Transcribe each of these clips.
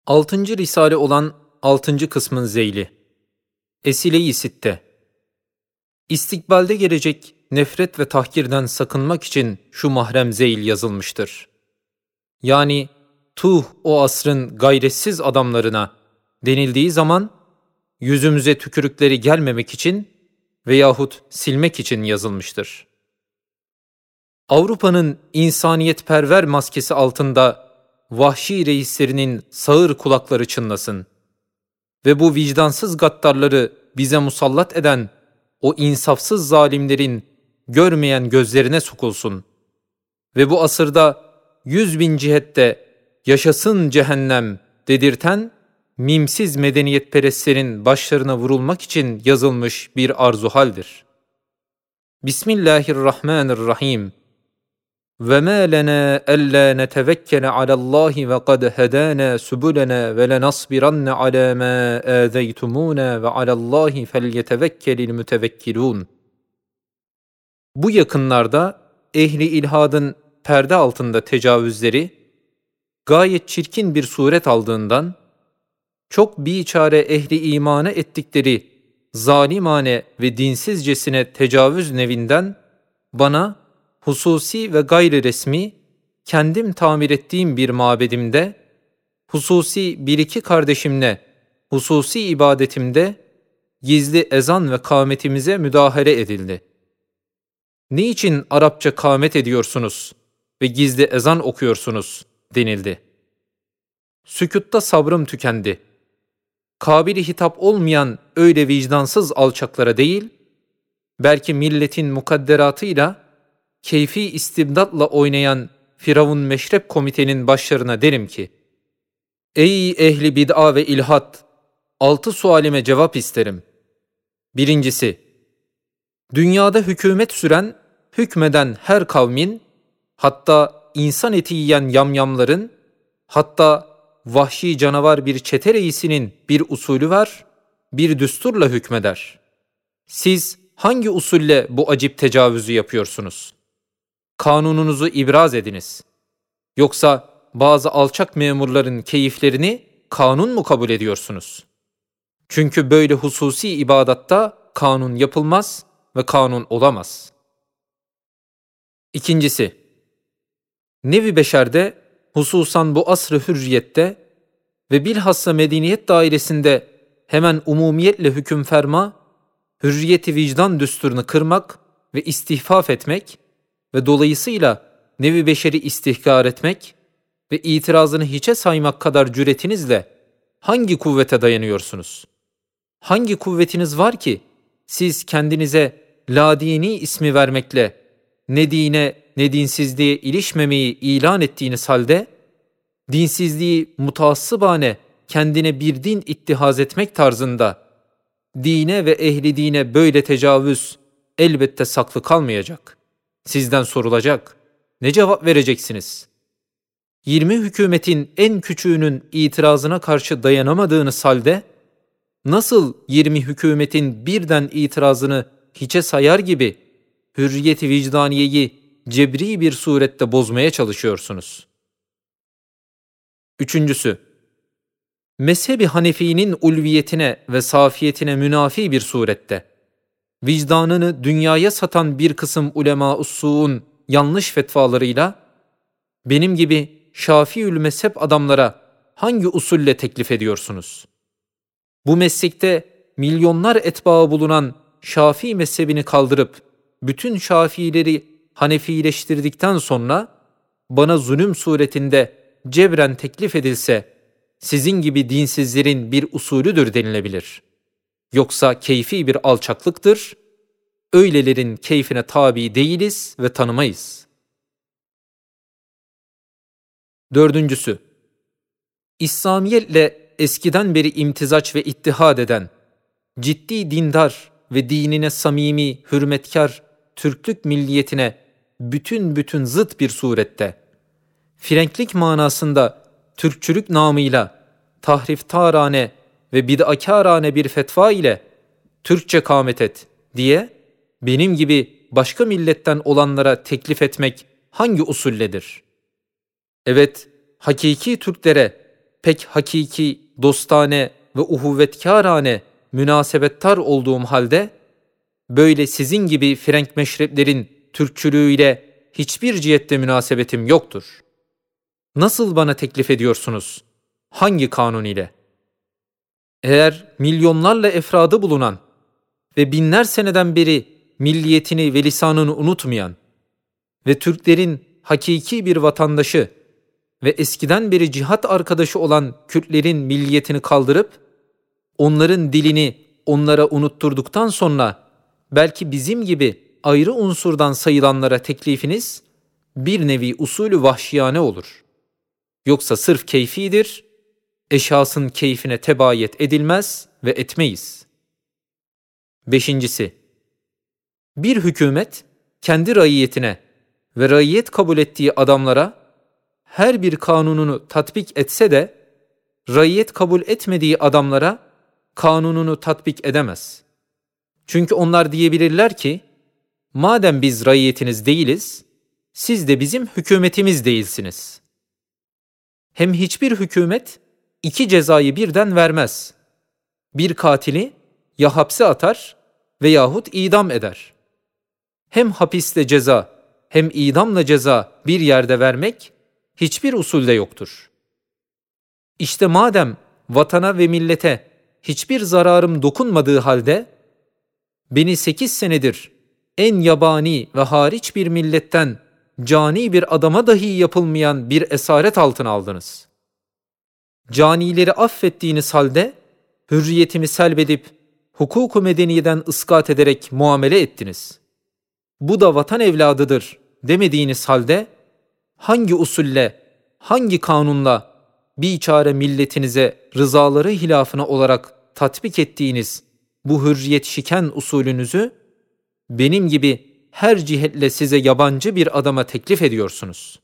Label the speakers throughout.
Speaker 1: Altıncı Risale olan altıncı kısmın zeyli. Esile-i Sitte. İstikbalde gelecek nefret ve tahkirden sakınmak için şu mahrem zeyl yazılmıştır. Yani o asrın gayretsiz adamlarına denildiği zaman yüzümüze tükürükleri gelmemek için veyahut silmek için yazılmıştır. Avrupa'nın insaniyetperver maskesi altında vahşi reislerinin sağır kulakları çınlasın ve bu vicdansız gaddarları bize musallat eden o insafsız zalimlerin görmeyen gözlerine sokulsun ve bu asırda 100.000 cihette yaşasın cehennem dedirten mimsiz medeniyetperestlerin başlarına vurulmak için yazılmış bir arzuhaldir. Bismillahirrahmanirrahim. وَمَا لَنَا أَلَّا نَتَوَكَّلَ عَلَى اللّٰهِ وَقَدْ هَدَانَا سُبُلَنَا وَلَنَصْبِرَنَّ عَلَى مَا آذَيْتُمُونَا وَعَلَى اللّٰهِ فَلْيَتَوَكَّلِ الْمُتَوَكِّلُونَ. Bu yakınlarda ehli ilhadın perde altında tecavüzleri gayet çirkin bir suret aldığından, çok biçare ehli imana ettikleri zalimane ve dinsizcesine tecavüz nevinden bana hususi ve gayri resmi, kendim tamir ettiğim bir mabedimde, hususi bir iki kardeşimle, hususi ibadetimde, gizli ezan ve kâmetimize müdahale edildi. Niçin Arapça kâmet ediyorsunuz ve gizli ezan okuyorsunuz denildi. Sükûtta sabrım tükendi. Kabili hitap olmayan öyle vicdansız alçaklara değil, belki milletin mukadderatıyla, keyfi istibdatla oynayan Firavun Meşrep Komite'nin başlarına derim ki, ey ehli bid'a ve ilhat, 6 sualime cevap isterim. Birincisi, dünyada hükümet süren, hükmeden her kavmin, hatta insan eti yiyen yamyamların, hatta vahşi canavar bir çete reisinin bir usulü var, bir düsturla hükmeder. Siz hangi usulle bu acip tecavüzü yapıyorsunuz? Kanununuzu ibraz ediniz. Yoksa bazı alçak memurların keyiflerini kanun mu kabul ediyorsunuz? Çünkü böyle hususi ibadatta kanun yapılmaz ve kanun olamaz. İkincisi, nevi beşerde, hususan bu asr-ı hürriyette ve bilhassa medeniyet dairesinde hemen umumiyetle hüküm ferma, hürriyeti vicdan düsturunu kırmak ve istihfaf etmek ve dolayısıyla nevi beşeri istihkar etmek ve itirazını hiçe saymak kadar cüretinizle hangi kuvvete dayanıyorsunuz? Hangi kuvvetiniz var ki siz kendinize ladini ismi vermekle ne dine ne dinsizliğe ilişmemeyi ilan ettiğiniz halde, dinsizliği mutaassıbane kendine bir din ittihaz etmek tarzında dine ve ehli dine böyle tecavüz elbette saklı kalmayacak. Sizden sorulacak. Ne cevap vereceksiniz? 20 hükümetin en küçüğünün itirazına karşı dayanamadığınız halde, nasıl 20 hükümetin birden itirazını hiçe sayar gibi hürriyeti vicdaniyeyi cebri bir surette bozmaya çalışıyorsunuz? Üçüncüsü, mezhebi Hanefi'nin ulviyetine ve safiyetine münafi bir surette, vicdanını dünyaya satan bir kısım ulema-ı su'un yanlış fetvalarıyla, benim gibi Şafiül mezhep adamlara hangi usulle teklif ediyorsunuz? Bu meslekte milyonlar etbaı bulunan Şafii mezhebini kaldırıp, bütün Şafiileri Hanefileştirdikten sonra, bana zulüm suretinde cebren teklif edilse, sizin gibi dinsizlerin bir usulüdür denilebilir. Yoksa keyfi bir alçaklıktır, öylelerin keyfine tabi değiliz ve tanımayız. Dördüncüsü, İslamiyetle eskiden beri imtizaç ve ittihad eden, ciddi dindar ve dinine samimi, hürmetkar, Türklük milliyetine bütün zıt bir surette, Frenklik manasında Türkçülük namıyla tahriftarane ve bid'akârane bir fetva ile Türkçe kâmet et diye benim gibi başka milletten olanlara teklif etmek hangi usulledir? Evet, hakiki Türklere pek hakiki, dostane ve uhuvvetkârane münasebettar olduğum halde, böyle sizin gibi Frenk meşreplerin Türkçülüğüyle hiçbir cihette münasebetim yoktur. Nasıl bana teklif ediyorsunuz? Hangi kanun ile? Eğer milyonlarla efradı bulunan ve binler seneden beri milliyetini ve lisanını unutmayan ve Türklerin hakiki bir vatandaşı ve eskiden beri cihat arkadaşı olan Kürtlerin milliyetini kaldırıp, onların dilini onlara unutturduktan sonra, belki bizim gibi ayrı unsurdan sayılanlara teklifiniz, bir nevi usulü vahşiyane olur. Yoksa sırf keyfidir, eşhasın keyfine tebayet edilmez ve etmeyiz. Beşincisi, bir hükümet kendi raiyetine ve raiyet kabul ettiği adamlara her bir kanununu tatbik etse de, raiyet kabul etmediği adamlara kanununu tatbik edemez. Çünkü onlar diyebilirler ki, madem biz raiyetiniz değiliz, siz de bizim hükümetimiz değilsiniz. Hem hiçbir hükümet iki cezayı birden vermez. Bir katili ya hapse atar veyahut idam eder. Hem hapisle ceza hem idamla ceza bir yerde vermek hiçbir usulde yoktur. İşte madem vatana ve millete hiçbir zararım dokunmadığı halde, beni 8 senedir en yabani ve hariç bir milletten cani bir adama dahi yapılmayan bir esaret altına aldınız. Canileri affettiğiniz halde hürriyetimi selbedip hukuk-u medeniyeden ıskat ederek muamele ettiniz. Bu da vatan evladıdır demediğiniz halde, hangi usulle, hangi kanunla biçare milletinize rızaları hilafına olarak tatbik ettiğiniz bu hürriyet şiken usulünüzü benim gibi her cihetle size yabancı bir adama teklif ediyorsunuz?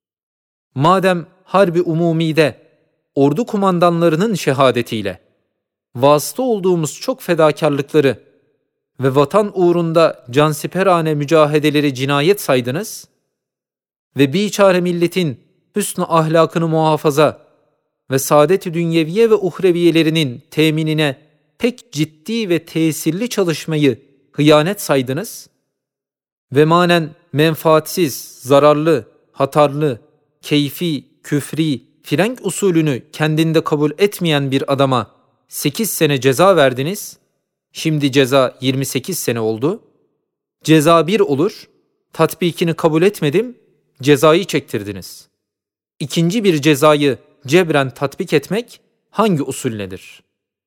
Speaker 1: Madem harbi umumide ordu kumandanlarının şehadetiyle vasıta olduğumuz çok fedakarlıkları ve vatan uğrunda cansiperane mücahedeleri cinayet saydınız ve biçare milletin hüsnü ahlakını muhafaza ve saadet-i dünyeviye ve uhreviyelerinin teminine pek ciddi ve tesirli çalışmayı hıyanet saydınız ve manen menfaatsiz, zararlı, hatarlı, keyfi, küfri, frenk usulünü kendinde kabul etmeyen bir adama 8 sene ceza verdiniz, şimdi ceza 28 sene oldu, ceza bir olur, tatbikini kabul etmedim, cezayı çektirdiniz. İkinci bir cezayı cebren tatbik etmek hangi usulledir?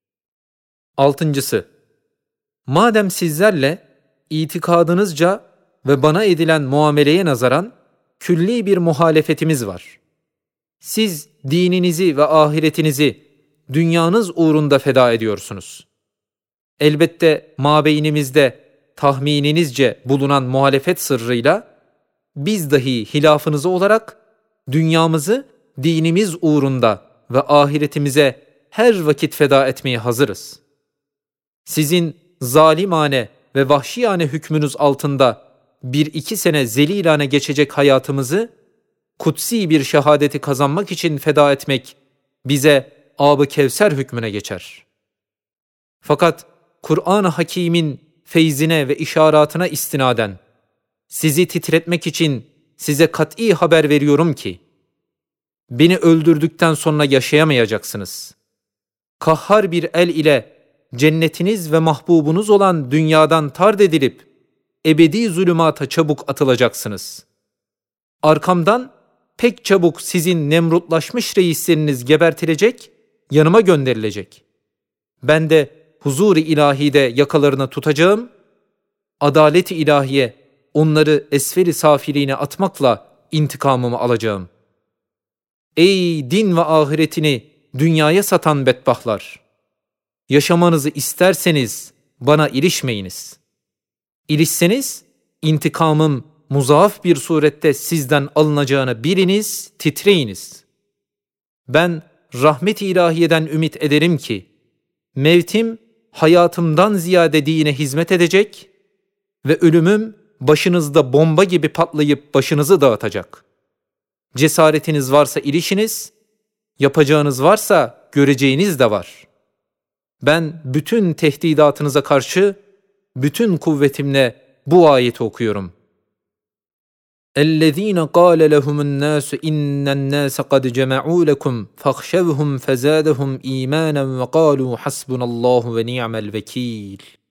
Speaker 1: Altıncısı, madem sizlerle itikadınızca ve bana edilen muameleye nazaran külli bir muhalefetimiz var. Siz dininizi ve ahiretinizi dünyanız uğrunda feda ediyorsunuz. Elbette mabeynimizde tahmininizce bulunan muhalefet sırrıyla biz dahi hilafınızı olarak dünyamızı dinimiz uğrunda ve ahiretimize her vakit feda etmeye hazırız. Sizin zalimane ve vahşiyane hükmünüz altında 1-2 sene zelilane geçecek hayatımızı kutsi bir şehadeti kazanmak için feda etmek bize Ab-ı Kevser hükmüne geçer. Fakat Kur'an-ı Hakîm'in feyzine ve işaratına istinaden sizi titretmek için size kat'i haber veriyorum ki beni öldürdükten sonra yaşayamayacaksınız. Kahhar bir el ile cennetiniz ve mahbubunuz olan dünyadan tard edilip ebedi zulümata çabuk atılacaksınız. Arkamdan pek çabuk sizin nemrutlaşmış reisleriniz gebertilecek, yanıma gönderilecek. Ben de huzur-i ilahide yakalarına tutacağım, adalet-i ilahiye onları esferi safiliğine atmakla intikamımı alacağım. Ey din ve ahiretini dünyaya satan bedbahtlar! Yaşamanızı isterseniz bana ilişmeyiniz. İlişseniz intikamım muzaaf bir surette sizden alınacağını biliniz, titreyiniz. Ben rahmet-i ilahiyeden ümit ederim ki mevtim hayatımdan ziyade dine hizmet edecek ve ölümüm başınızda bomba gibi patlayıp başınızı dağıtacak. Cesaretiniz varsa ilişiniz, Yapacağınız varsa göreceğiniz de var. Ben bütün tehdidatınıza karşı bütün kuvvetimle bu ayeti okuyorum. اَلَّذ۪ينَ قَالَ لَهُمُ النَّاسُ اِنَّ النَّاسَ قَدْ جَمَعُوا لَكُمْ فَاخْشَوْهُمْ فَزَادَهُمْ اِيمَانًا وَقَالُوا حَسْبُنَا اللّٰهُ وَنِعْمَ الْوَكِيلُ